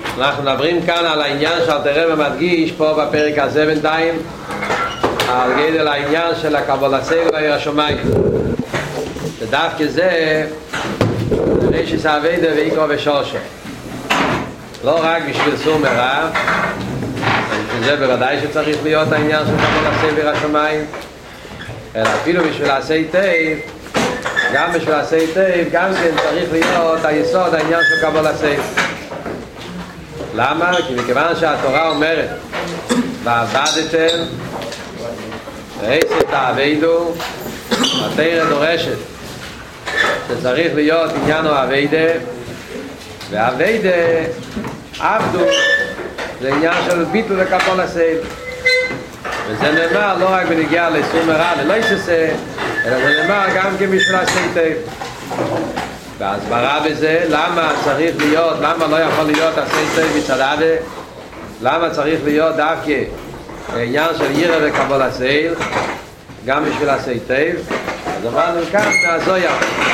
אנחנו מדברים כאן על העניין שאלתר רבי מדגיש פה בפרק הזה בינתיים על גדל העניין של הקבלה סייל ועיר השמיים, ודווקא זה רישיס אביידה ועיקרו ושורשו, לא רק בשביל סור מרע, בשביל זה בוודאי שצריך להיות העניין של קבלה סייל ועיר השמיים, אלא אפילו בשביל עשי טייב, גם בשביל עשי טייב גם כן צריך להיות היסוד העניין של קבלה סייל. למה? כי מכיוון שהתורה אומרת ועבדתם ועשת העבדו, התורה דורשת שצריך להיות עניין העבדה, והעבדה עבדו זה עניין של ביטול לקבלה סייל, וזה נאמר לא רק בנגיעה לסור מרע ללא יססה, אלא זה נאמר גם בשביל עשי טייב. והסברה בזה, למה צריך להיות, למה לא יכול להיות עשי טייב מצד אבא, למה צריך להיות דווקא עניין של יראה וקבלה סייל גם בשביל עשי טייב. אז אמרנו כאן מהזויה,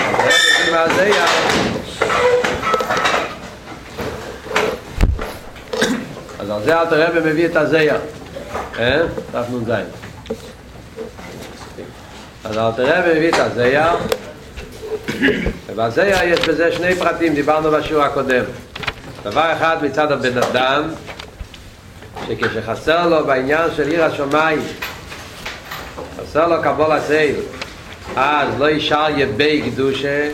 אז על זה אלתר רבי מביא את הזיה, אנחנו נזיין. אז אלתר רבי מביא את הזיה, ובזיה יש בזה שני פרטים, דיברנו בשיעור הקודם. דבר אחד מצד הבן אדם, שכשחסר לו בעניין של עיר השמיים, חסר לו קבלה סייל, אז לא יישאר יבי קדושה.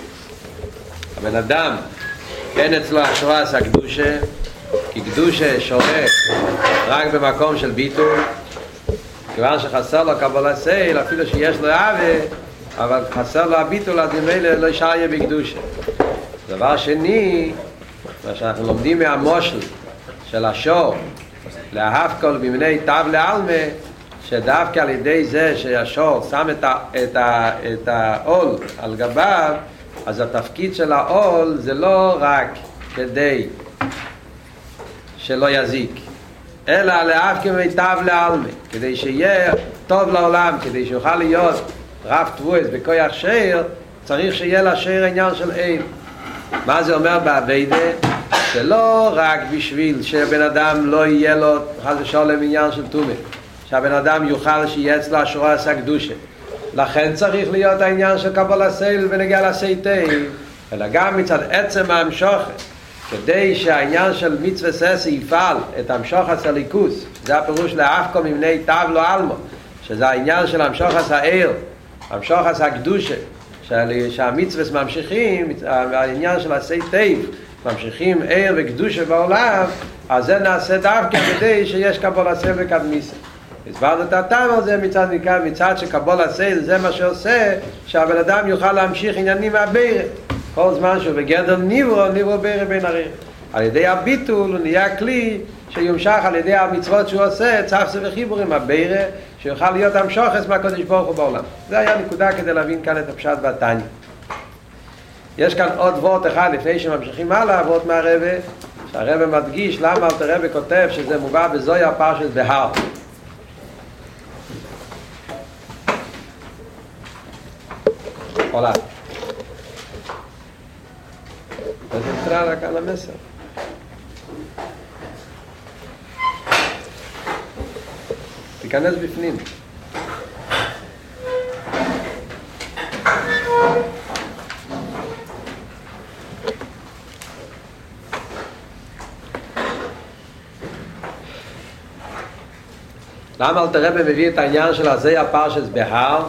הבן אדם אין אצלו השורש הקדושה, כי קדושה שורש רק במקום של ביטול. כיוון שחסר לו קבלה סייל, אפילו שיש לו אהבה, אבל חסר לו הביטול, אז ממילא לא יישאר יבי קדושה. דבר שני, מה שאנחנו לומדים מהמושל של השור, לאהב כל במני תו לעלמה, שדווקא על ידי זה שהשור שם את העול על גביו, אז התפקיד של העול זה לא רק כדי שלא יזיק, אלא לאהב כמי תו לעלמה, כדי שיהיה טוב לעולם, כדי שיוכל להיות רב תבואס בכוח שיר, צריך שיהיה לשיר עניין של איל. מה זה אומר בעבודה? שלא רק בשביל שבן אדם לא יהיה לו חס ושלום עניין של טומאה, שהבן אדם יוכל שיהיה אצלו השורש הקדושה, לכן צריך להיות העניין של קבלה סייל ונגיע לעשי טייב, אלא גם מצד עצם ההמשוכת, כדי שהעניין של מצווה ססי יפעל את המשוכת הליכוס. זה הפירוש לאהבקו מבני תו לא אלמו, שזה העניין של המשוכת העיר, המשוכת הקדושה, שהמצווה ממשיכים, העניין של עשי טייב ממשיכים עיר וקדושה בעולם, אז זה נעשה דווקא כדי שיש קבלה סייל וקדמיסה. הסברנו את הטעם הזה מצד שקבלה סייל זה מה שעושה שהבן אדם יוכל להמשיך עניינים מהבירה כל זמן שהוא בגדר ניברו בירה בין הרירים. על ידי הביטול הוא נהיה כלי שיומשך על ידי המצוות שהוא עושה צפסה וחיבור עם הבירה, שיוכל להיות המשוחס מהקודש ברוך הוא בעולם. זה היה נקודה כדי להבין כאן את הפשט והתניא. יש כאן עוד וורט אחד לפני שממשיכים הלאה, וורט מהרבא, שהרבא מדגיש למה אלתר רבי כותב שזה מובא בזויה פרשת בהר. עולה. אז נקרא רק על המסר. תיכנס בפנים. למה אלתר רבי מביא את העניין של הזיה פרשת בהר?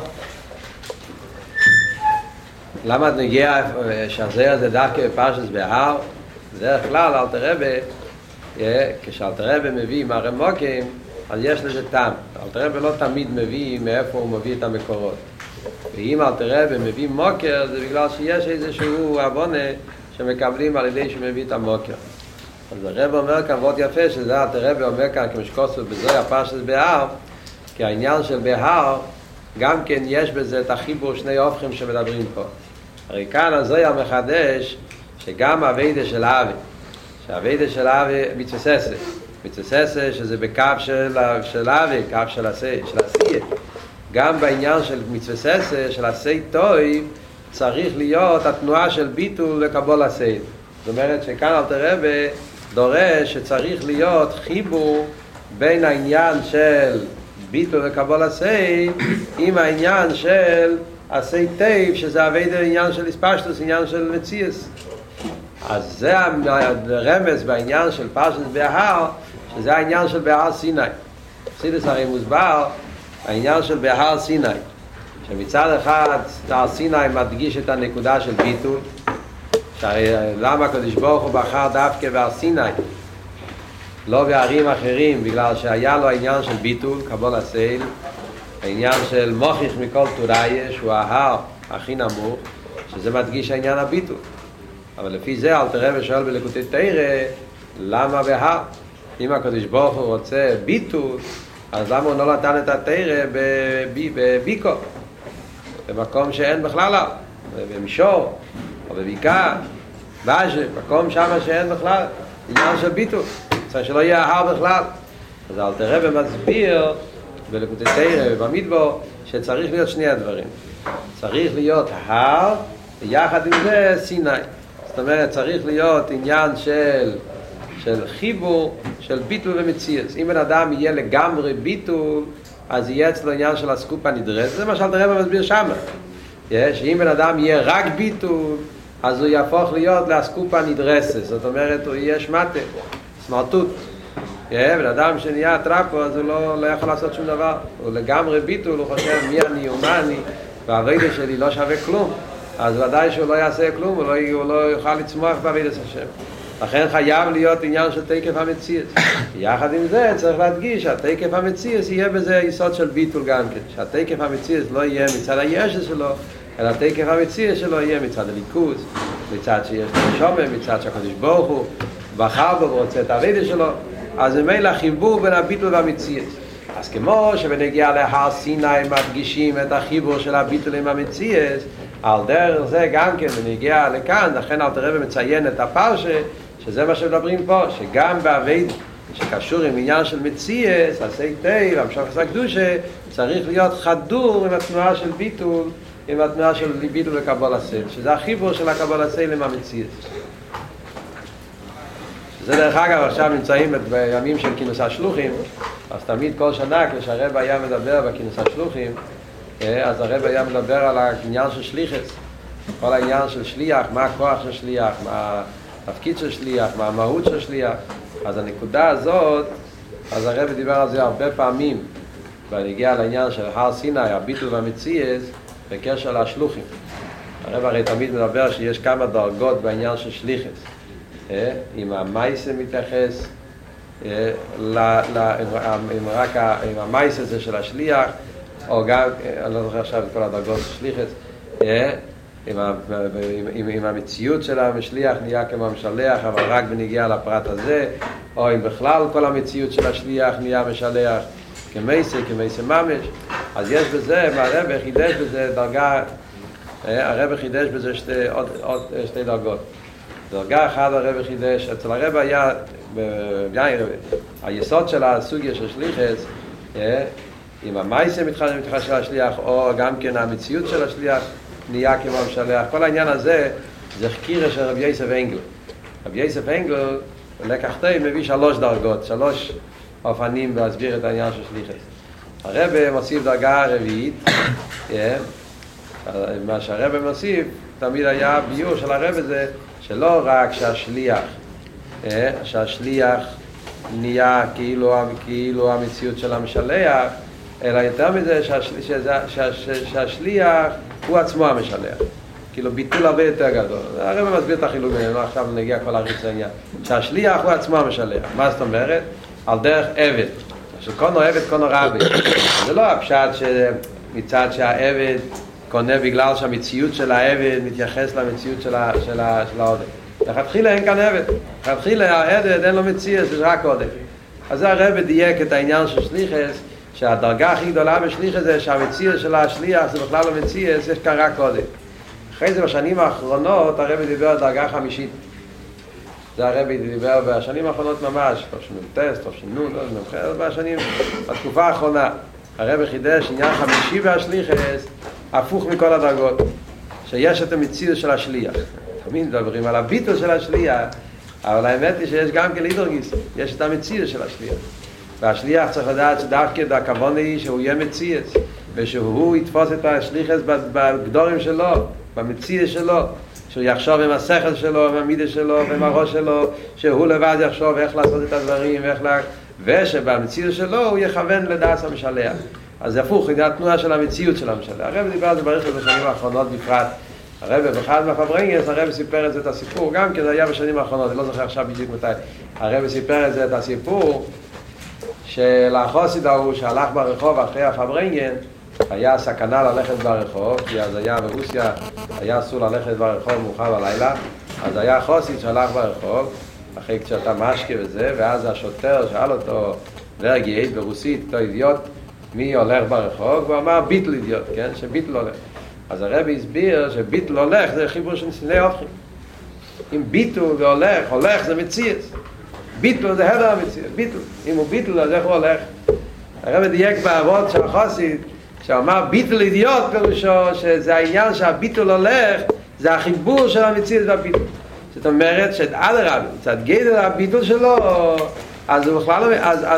למה נגיע שהזיה זה דווקא בפרשת בהר? בדרך כלל אלתר רבי, כשאלתר רבי מביא מהרמוקים, אז יש לזה טעם. אלתר רבי לא תמיד מביא מאיפה הוא מביא את המקורות. ואם אלתר רבי מביא מוקר, זה בגלל שיש איזשהו עוונה שמקבלים על ידי שמביא את המוקר. אז הרב אומר כאן מאוד יפה, שזה אלתר רבי אומר כאן כמשקוסו בזויה פרשת בהר, כי העניין של בהר גם כן יש בזה את החיבור שני הופכים שמדברים פה. הרי כאן הזויה מחדש שגם הווידה של אבי, שהווידה של אבי מצוססה שזה בקו של אבי, קו של עשייה. גם בעניין של מצוססה של עשי טוי צריך להיות התנועה של ביטול לקבלה סייל. זאת אומרת שכאן אלתר רבי דורש שצריך להיות חיבור בין העניין של ביטול וקבול עשי עם העניין של עשי טייב, שזה עבד עניין של הספשטוס, עניין של מציאס. אז זה הרמז בעניין של פרשת בהר, שזה העניין של בהר סיני. חסידות הרי מוסבר העניין של בהר סיני, שמצד אחד הר סיני מדגיש את הנקודה של ביטול, למה הקדוש ברוך הוא בחר דווקא בהר סיני לא בערים אחרים? בגלל שהיה לו העניין של ביטול, קבול הסייל, העניין של מוכיח מכל תוריה, שהוא ההר הכי נמוך, שזה מדגיש העניין הביטול. אבל לפי זה אל תראה ושואל בליקוטי תורה, למה בהר? אם הקדוש ברוך הוא רוצה ביטול, אז למה הוא לא נתן את התורה בביקו, במקום שאין בכלל הר, במישור או בבקעה, באז'ה, מקום שם שאין בכלל עניין של ביטול, צריך שלא יהיה ההר בכלל. אז אל תראה ומסביר בליקוטי תורה ובמדבר שצריך להיות שני הדברים. צריך להיות הר ויחד עם זה סיני. זאת אומרת, צריך להיות עניין של חיבור, של ביטול ומציאס. אם בן אדם יהיה לגמרי ביטול, אז יהיה אצלו עניין של הסקופה נדרסת. זה מה שאל תראה ומסביר שמה. שאם בן אדם יהיה רק ביטול, אז הוא יהפוך להיות להסקופה נדרסת. זאת אומרת, הוא יהיה שמטה, סמרטוט. בן אדם שנהיה טרפו, אז הוא לא יכול לעשות שום דבר. הוא לגמרי ביטול, הוא חושב מי אני ומה אני, והעבודה שלי לא שווה כלום. אז ודאי שהוא לא יעשה כלום, הוא לא יוכל לצמוח בעבודת השם. לכן חייב להיות עניין של תקף המציאות. יחד עם זה צריך להדגיש שהתקף המציאות יהיה בזה יסוד של ביטול גם כן. שהתקף המציאות לא יהיה מצד הישע שלו, אלא התקף המציאות שלו יהיה מצד הליכוז, מצד שיש לו שומם, מצד שהקדוש ברוך הוא בחר בו ורוצה את העבודה שלו. אז ממילא החיבור בין הביטול והמציאות. אז כמו שבנגיע להר סיני מדגישים את החיבור של הביטול עם המציאות, על דרך זה גם כן בנגיע לכאן, לכן אל תראה ומציין את הפרשה, שזה מה שמדברים פה, שגם בעבד שקשור עם עניין של מציאס, עשי טייב, המשך עשה קדושה, צריך להיות חדור עם התנועה של ביטול, עם התנועה של ביטול וקבול עשה, שזה החיבור של הקבול עשה עם המציאס. זה דרך אגב עכשיו נמצאים בימים של כינוס השלוחים, אז תמיד כל שנה כשהרב היה מדבר בכינוס השלוחים, אז הרב היה מדבר על העניין של שליחס, כל העניין של שליח, מה הכוח של שליח, מה התפקיד של שליח, מה המהות של שליח. אז הנקודה הזאת, אז הרב דיבר על זה הרבה פעמים, והגיע לעניין של הר סיני, הביטול והמציאס, בקשר לשלוחים. הרב הרי תמיד מדבר שיש כמה דרגות בעניין של שליחס. אם המייסה מתייחס, אם המייסה זה של השליח, או גם, אני לא זוכר עכשיו את כל הדרגות של שליחס, אם המציאות של המשליח נהיה כמו המשלח, אבל רק בנגיע לפרט הזה, או אם בכלל כל המציאות של השליח נהיה משלח כמייסה ממש. אז יש בזה, הרב חידש בזה דרגה, הרב חידש בזה עוד שתי דרגות. דרגה אחת הרב חידש, אצל הרב היה, היסוד של הסוגיה של שליחס, אם המייסה מתחדש של השליח, או גם כן המציאות של השליח נהיה כמו המשלח. כל העניין הזה זה חקירה של רבי יוסף אנגל. רבי יוסף אנגל, לקחתי, מביא 3 דרגות, 3 אופנים להסביר את העניין של שליחס. הרב מוסיף דרגה רביעית, מה שהרב מוסיף, תמיד היה ביור של הרב הזה, שלא רק שהשליח נהיה כאילו המציאות של המשלח, אלא יותר מזה שהשליח הוא עצמו המשלח. כאילו ביטול הרבה יותר גדול. הרב מסביר את החילוק בינינו, עכשיו נגיע כבר להריץ העניין. שהשליח הוא עצמו המשלח. מה זאת אומרת? על דרך עבד. שקונו עבד, קונו רבי. זה לא הפשט שמצד שהעבד קונה בגלל שהמציאות של העבד מתייחס למציאות של העודף. לכתחילה אין כאן עבד. לכתחילה העבד אין לו מציאות, זה רק עודף. אז הרב דייק את העניין של שליחס, שהדרגה הכי גדולה בשליחס זה שהמציאות של השליח זה בכלל לא מציאות, יש כאן רק עודף. אחרי זה בשנים האחרונות הרב דיבר על דרגה 5. זה הרב דיבר בשנים האחרונות ממש, תשנ"ט, תשנ"ן, בשנים, בתקופה האחרונה. הרב חידש עניין 5 והשליחס הפוך מכל הדרגות, שיש את המציאות של השליח. תמיד מדברים על הביטול של השליח, אבל האמת היא שיש גם כן לידורגיס, יש את המציאות של השליח. והשליח צריך לדעת שדווקא הכוונה היא שהוא יהיה מציאות, ושהוא יתפוס את השליחס בגדורים שלו, במציאות שלו, שהוא יחשוב עם השכל שלו, עם המידה שלו, עם הראש שלו, שהוא לבד יחשוב איך לעשות את הדברים, ושבמציאות שלו הוא יכוון לדעת המשלח. אז זה הפוך, זה התנועה של המציאות של המשלח. הרב דיבר על זה ברכב בשנים האחרונות בפרט. הרב באחד מהפברנגס, הרב סיפר את הסיפור, גם כי זה היה בשנים האחרונות, אני לא זוכר עכשיו בדיוק מתי. הרב סיפר את הסיפור של החסיד ההוא שהלך ברחוב אחרי הפברנגן, היה סכנה ללכת ברחוב, כי אז היה ברוסיה, היה אסור ללכת ברחוב מאוחר בלילה, אז היה חסיד שהלך ברחוב, אחרי כשאתה משקה וזה, ואז השוטר שאל אותו, ורגיית ברוסית, אותו אידיוט, מי הולך ברחוב? הוא אמר ביטל אידיוט, כן? שביטל הולך. אז הרבי הסביר שביטל הולך זה חיבור של שני הופכים. אם ביטל והולך, הולך זה מציאות. ביטל זה הדר המציאות, ביטל. אם הוא ביטל אז איך הוא הולך? הרבי דייק בעבוד של החסיד, שאמר ביטל אידיוט פירושו שזה העניין שהביטל הולך, זה החיבור של המציאות והביטל. זאת אומרת שאדרבה, מצד גדל הביטל שלו, אז הוא בכלל,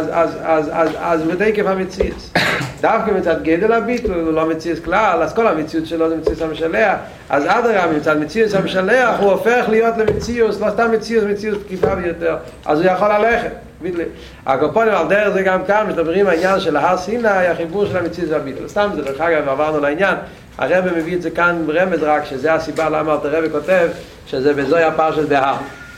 אז הוא בתקף המציאות. דווקא מצד גדל הביטל הוא לא מציאות כלל, אז כל המציאות שלו זה מציאות המשלח, אז אדרבה, מצד מציאות המשלח הוא הופך להיות למציאות, לא סתם מציאות תקיפה ביותר, אז הוא יכול ללכת. הקופונים על דרך זה גם כאן, מדברים העניין של ההר סיני, החיבור של המציאות והביטל. סתם זה, דרך אגב, עברנו לעניין, הרב מביא את זה כאן ברמז רק, שזה הסיבה למה הרב כותב, שזה בזוהי הפרשת בהר.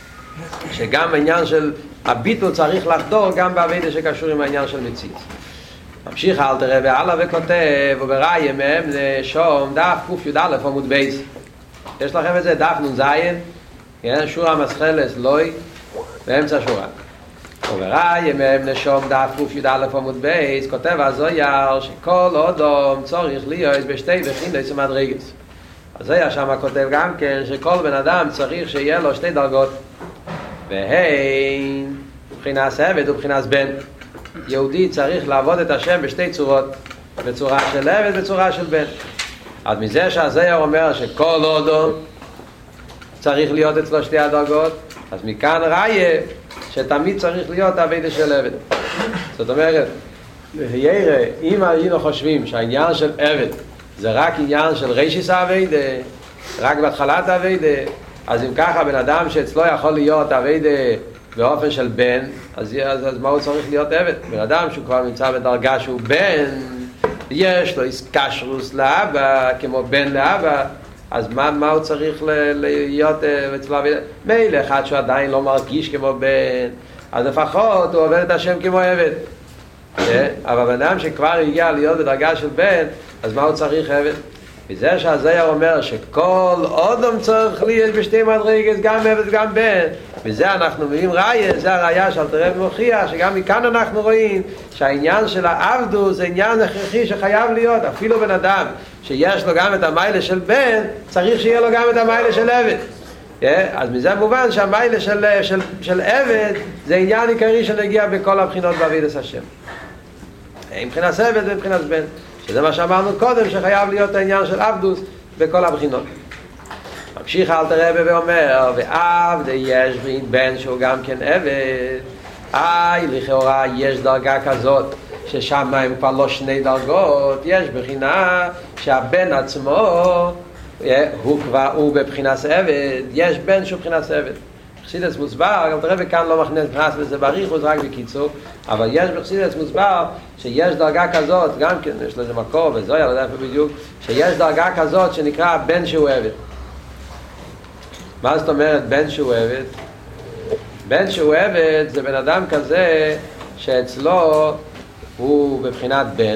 שגם העניין של הביטל צריך לחדור גם בעבודה שקשור עם העניין של מציאות. ממשיך אלתר רבי הלאה וכותב, ובראה מהם לשום דף ק"א עמוד בייס. יש לכם את זה, דף נ"ז, שורה מסחלס לוי, באמצע שורה. ובראה מהם לשום דף ק"א עמוד בייס, כותב הזויר שכל אדם צריך להיות בשתי בחינות מדרגות. הזויר שם כותב גם כן שכל בן אדם צריך שיהיה לו שתי דרגות. והן מבחינת עבד ובחינת בן. יהודי צריך לעבוד את השם בשתי צורות, בצורה של עבד ובצורה של בן. אז מזה שהזויר אומר שכל אדם צריך להיות אצלו שתי הדרגות, אז מכאן ראיה שתמיד צריך להיות עבד של עבד. זאת אומרת, אם היינו חושבים שהעניין של עבד זה רק עניין של רישיס עבד, רק בהתחלת עבד, אז אם ככה בן אדם שאצלו יכול להיות עבד באופן של בן, אז מה הוא צריך להיות עבד? בן אדם שהוא כבר נמצא בדרגה שהוא בן, יש לו קשרוס לאבא, כמו בן לאבא, אז מה הוא צריך להיות אצלו עבד? מילא אחד שהוא עדיין לא מרגיש כמו בן, אז לפחות הוא עובד את השם כמו עבד. אבל בן אדם שכבר הגיע להיות בדרגה של בן, אז מה הוא צריך עבד? וזה שהזויר אומר שכל אדם צריך להיות בשתי מדרגות, גם עבד וגם בן, וזה אנחנו מביאים ראיה, זה הראיה של תראה ומוכיח, שגם מכאן אנחנו רואים שהעניין של העבדות זה עניין הכרחי שחייב להיות, אפילו בן אדם שיש לו גם את המיילה של בן, צריך שיהיה לו גם את המיילה של עבד. אז מזה מובן שהמיילה של עבד זה עניין עיקרי שנגיע בכל הבחינות בעבודת השם. מבחינת עבד ומבחינת בן. שזה מה שאמרנו קודם, שחייב להיות העניין של עבדות בכל הבחינות. ממשיך אלתר רבי ואומר, ועבד יש בן שהוא גם כן עבד, לכאורה יש דרגה כזאת, ששם הם כבר לא שני דרגות, יש בחינה שהבן עצמו, הוא בבחינת עבד, יש בן שהוא בחינת עבד. בחסידות מוסבר, גם תראה כאן לא מכנס לזה בריחוס, רק בקיצור, אבל יש בחסידות מוסבר שיש דרגה כזאת, גם כן יש לזה מקור וזוהיר, לא יודע איפה בדיוק, שיש דרגה כזאת שנקרא בן שהוא עבד. מה זאת אומרת בן שהוא עבד? בן שהוא עבד זה בן אדם כזה שאצלו הוא בבחינת בן,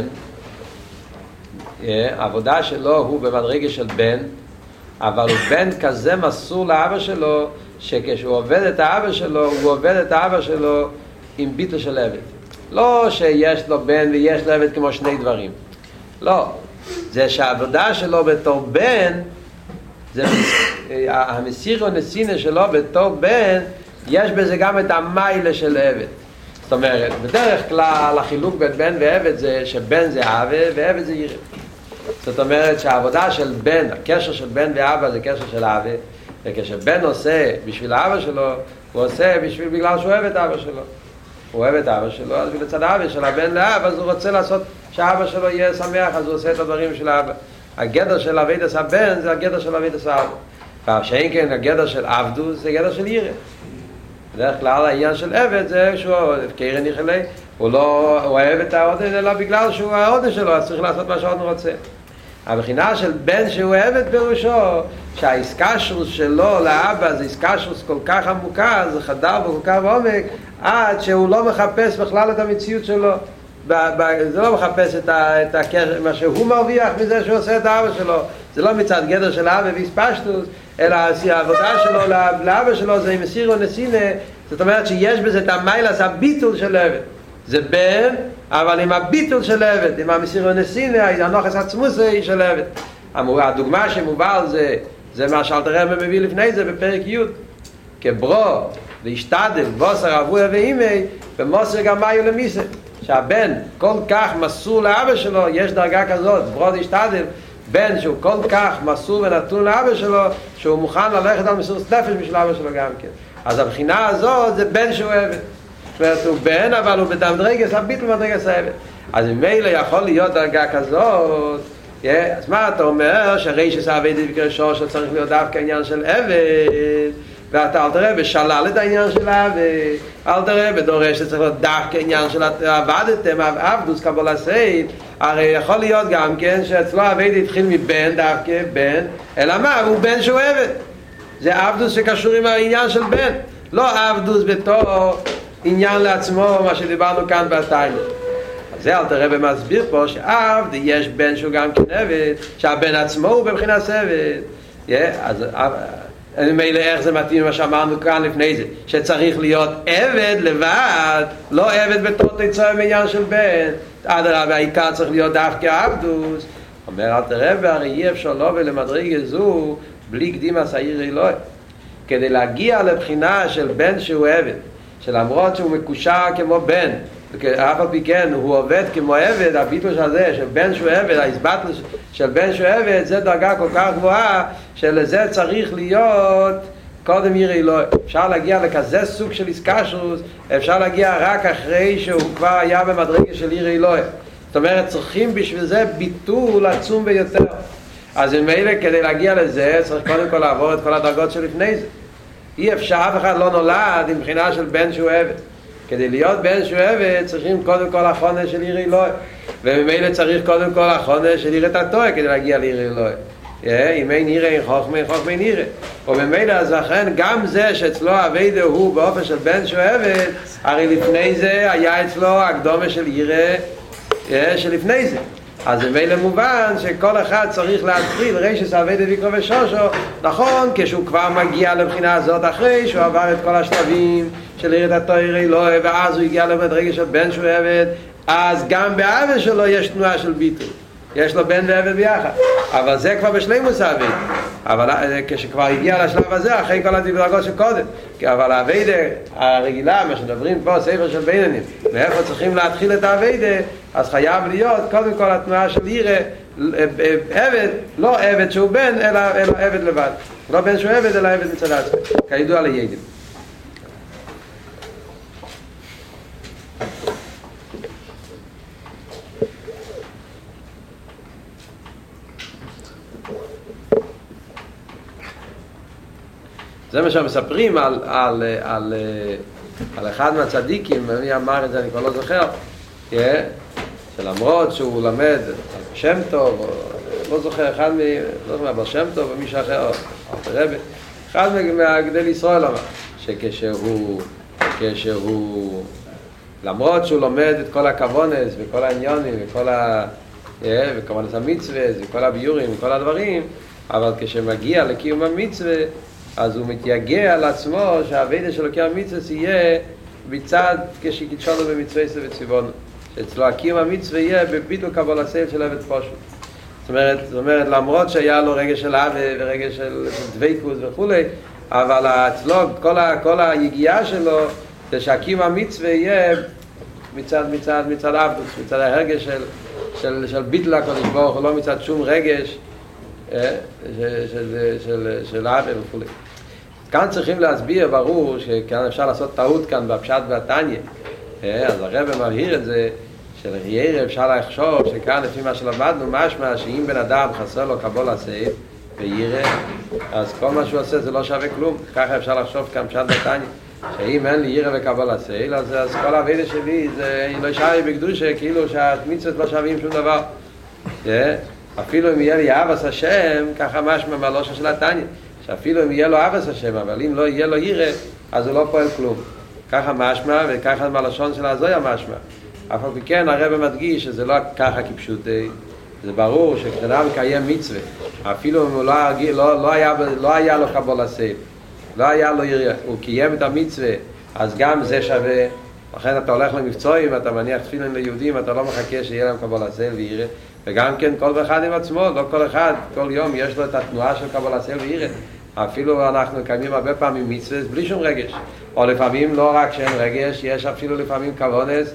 העבודה שלו הוא במדרגה של בן, אבל הוא בן כזה מסור לאבא שלו, שכשהוא עובד את האבא שלו, הוא עובד את האבא שלו עם ביטל של עבד. לא שיש לו בן ויש לו עבד כמו שני דברים. לא. זה שהעבודה שלו בתור בן, זה המסירו נסינה שלו בתור בן, יש בזה גם את המיילה של עבד. זאת אומרת, בדרך כלל החילוק בין בן ועבד זה שבן זה עבד ועבד זה ירד. זאת אומרת שהעבודה של בן, הקשר של בן ואבא זה קשר של עבד, וכשבן עושה בשביל האבא שלו, הוא עושה בגלל שהוא אוהב את אבא שלו. הוא אוהב את אבא שלו, אז בצד האבא של הבן לאב, אז הוא רוצה לעשות שאבא שלו יהיה שמח, אז הוא עושה את הדברים של האבא. הגדר של אבידס הבן זה הגדר של אבידס האבא. שאין כן הגדר של עבדוס זה גדר של ירא. בדרך כלל העניין של עבד זה שהוא קרן יחלי, הוא אוהב את העודן אלא בגלל שהוא העודן שלו, אז צריך לעשות מה שהעודן רוצה. הבחינה של בן שהוא עבד פירושו שהאיסקשרוס שלו לאבא זה איסקשרוס כל כך עמוקה, זה חדר בו כל כך בעומק, עד שהוא לא מחפש בכלל את המציאות שלו. זה לא מחפש את הקשר, מה שהוא מרוויח מזה שהוא עושה את האבא שלו. זה לא מצד גדר של אבא ואיספשטוס, אלא העבודה שלו לאבא שלו זה עם מסירו נסינה. זאת אומרת שיש בזה את המיילס, הביטול של עבד. זה בן, אבל עם הביטול של עבד, עם המסירו נסינה, הנוחס עצמוסי של עבד. הדוגמה שמובא על זה מה שאלתר רבי מביא לפני זה בפרק י' כברו להשתדל בוסר אבוה ואימי במוסר גם מאיו למיסה, שהבן כל כך מסור לאבא שלו, יש דרגה כזאת, ברו להשתדל, בן שהוא כל כך מסור ונתון לאבא שלו שהוא מוכן ללכת על מסירות נפש בשביל אבא שלו גם כן. אז הבחינה הזאת זה בן שהוא עבד, זאת אומרת הוא בן אבל הוא בדרגס הביטל ובדרגס העבד. אז ממילא יכול להיות דרגה כזאת. אז מה אתה אומר? שהרישס העבד בקרשו שצריך להיות דווקא עניין של עבד, ואתה אל תראה בשלל את העניין של העבד, אל תראה בדורש שצריך להיות דווקא עניין של עבדתם, עבדוס קבולה סייד. הרי יכול להיות גם כן שאצלו העבד התחיל מבן דווקא בן, אלא מה? הוא בן שהוא עבד, זה עבדוס שקשור עם העניין של בן, לא עבדוס בתור עניין לעצמו, מה שדיברנו כאן בתניא. זה אל תראה במסביר פה שעבד יש בן שהוא גם כן עבד, שהבן עצמו הוא בבחינת עבד. אז מילא איך זה מתאים מה שאמרנו כאן לפני זה, שצריך להיות עבד לבד, לא עבד בתור תיצור מעניין של בן. אדרבה, העיקר צריך להיות דווקא עבדוס. אומר אל תראה, הרי אי אפשר לא ולמדרגה זו בלי קדימת העיר אלוהי, כדי להגיע לבחינה של בן שהוא עבד, שלמרות שהוא מקושר כמו בן, אף על פי כן הוא עובד כמו עבד, הביטול הזה של בן שהוא עבד, ההסבטל של בן שהוא עבד, זה דרגה כל כך גבוהה שלזה צריך להיות קודם ירא אלוהי. אפשר להגיע לכזה סוג של איסקשרוס, אפשר להגיע רק אחרי שהוא כבר היה במדרגה של ירא אלוהי. זאת אומרת צריכים בשביל זה ביטול עצום ביותר. אז ממילא כדי להגיע לזה צריך קודם כל לעבור את כל הדרגות שלפני זה. אי אפשר, אף אחד לא נולד עם בחינה של בן שהוא עבד. כדי להיות בן שהוא עבד צריכים קודם כל החונש של ירא אלוהי, וממילא צריך קודם כל החונש של יראת התורה כדי להגיע לירא אלוהי. אם אין ירא אין חוכמה, אין חוכמה אין ירא. ובמילא אז לכן גם זה שאצלו העבד הוא באופן של בן שהוא עבד, הרי לפני זה היה אצלו הקדומה של ירא שלפני זה. אז ממילא מובן שכל אחד צריך להתחיל רישס העבד ויקרא ושושו, נכון, כשהוא כבר מגיע לבחינה הזאת אחרי שהוא עבר את כל השלבים של יראת התורה אלוהי, ואז הוא הגיע למדרגה של בן שהוא עבד, אז גם בעבד שלו יש תנועה של ביטול, יש לו בן ועבד ביחד, אבל זה כבר בשלימוס העבד. אבל כשכבר הגיע לשלב הזה אחרי כל הדרגות שקודם, אבל העבד הרגילה, מה שדברים פה ספר של בינונים, ואיפה צריכים להתחיל את העבד, אז חייב להיות קודם כל התנועה של ירא עבד, לא עבד שהוא בן אלא עבד לבד, לא בן שהוא עבד אלא עבד מצד עצמו, כידוע ליהודים. זה מה שמספרים על אחד מהצדיקים, מי אמר את זה אני כבר לא זוכר, שלמרות שהוא למד שם טוב, לא זוכר, אחד לא זוכר, בר שם טוב ומישהו אחר, אחד מהגדל ישראל אמר, שכשהוא למרות שהוא לומד את כל הכוונס וכל העניונים וכמובן המצווה וכל הביורים וכל הדברים, אבל כשמגיע לקיום המצווה אז הוא מתייגע על עצמו שהעבודה שלו כהמצווה יהיה בצד כשקידשנו במצווה וציוונו, שאצלו הקיום המצווה יהיה בביטול קבלה סייל של עבד פשוט. זאת אומרת למרות שהיה לו רגע של עבד ורגע של דבקות וכולי, אבל אצלו כל היגיעה שלו זה שהקיום המצווה יהיה מצד עבדות, מצד הרגש של ביטול הקדוש ברוך הוא, לא מצד שום רגש של עבד וכולי. כאן צריכים להסביר, ברור שכאן אפשר לעשות טעות כאן בפשט והתניא. אז הרב מבהיר את זה, שלחיירה אפשר לחשוב שכאן לפי מה שלמדנו משמע שאם בן אדם חסר לו קבולה סייל וירא, אז כל מה שהוא עושה זה לא שווה כלום. ככה אפשר לחשוב כאן פשט והתניא, שאם אין לי ירא וקבולה סייל, אז כל העבודה שלי זה לא יישאר בקדושה, כאילו שהמצוות לא שווים שום דבר. אפילו אם יהיה לי אהבת השם, ככה משמע מהלושן של התניא, שאפילו אם יהיה לו אהבת השם, אבל אם לא יהיה לו ירא, אז הוא לא פועל כלום. ככה משמע, וככה מהלשון של הזויה משמע. אף על פי כן הרב מדגיש שזה לא ככה כפשוטי. זה ברור שכשאדם מקיים מצווה, אפילו אם הוא לא היה לו קבלה סייל, לא היה לו ירא, הוא קיים את המצווה, אז גם זה שווה. לכן אתה הולך למבצועים, אתה מניח תפילין ליהודים, אתה לא מחכה שיהיה להם קבלה סייל וירא. וגם כן כל אחד עם עצמו, לא כל אחד, כל יום יש לו את התנועה של קבלה סייל וירא. אפילו אנחנו מקיימים הרבה פעמים מצווה בלי שום רגש, או לפעמים לא רק שאין רגש, יש אפילו לפעמים כוונס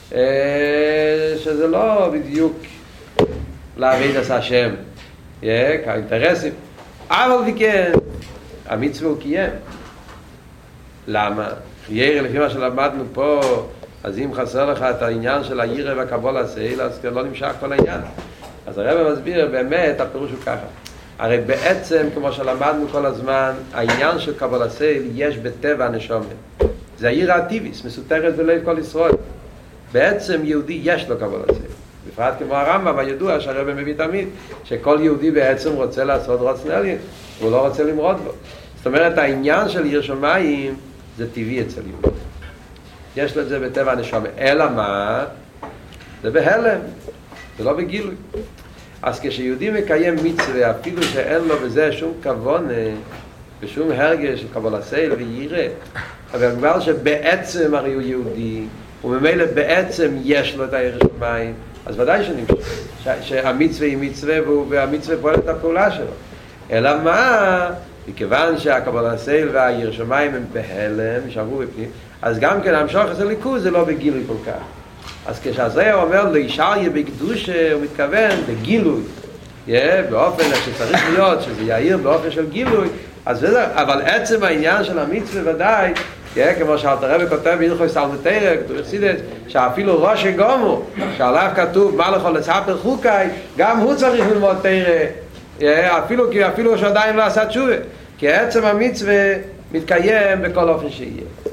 שזה לא בדיוק לעבוד את השם, כאינטרסים, אבל וכן המצווה הוא קיים. למה? ירא לפי מה שלמדנו פה, אז אם חסר לך את העניין של הירא והקבלה סייל, אז לא נמשך כל העניין. אז הרב מסביר באמת הפירוש הוא ככה, הרי בעצם כמו שלמדנו כל הזמן, העניין של קבלה סייל יש בטבע הנשמה, זה הירא הטבעית מסותרת בלב כל ישראל. בעצם יהודי יש לו קבלה סייל, בפרט כמו הרמב"ם הידוע שהרב מביא תמיד, שכל יהודי בעצם רוצה לעשות רוצן עליון, הוא לא רוצה למרוד בו. זאת אומרת העניין של ירא שמיים זה טבעי אצל יהודי, יש לו את זה בטבע הנשמה. אלא מה? זה בהלם, זה לא בגילוי. אז כשיהודי מקיים מצווה, אפילו שאין לו בזה שום כוונה ושום הרגש של קבלה סייל וירא, אבל בגלל שבעצם הרי הוא יהודי וממילא בעצם יש לו את הירא שמיים, אז ודאי שהמצווה היא מצווה והמצווה פועלת את הפעולה שלו. אלא מה? מכיוון שהקבלה סייל והירא שמיים הם בהלם, נשארו בפנים, אז גם כן המשוך את הליכוז זה לא בגילוי כל כך. אז כשהזוהר אומר לישעיה בקדושה, הוא מתכוון בגילוי, באופן שצריך להיות, שזה יאיר באופן של גילוי. אז אבל עצם העניין של המצווה ודאי, כמו שאלתר רבי כותב בהלכות תלמוד תורה, כתוב בחסידות, שאפילו ראש גומו, שעליו כתוב מה לכל לספר חוקי, גם הוא צריך ללמוד תורה, אפילו שעדיין לא עשה תשובה, כי עצם המצווה מתקיים בכל אופן שיהיה.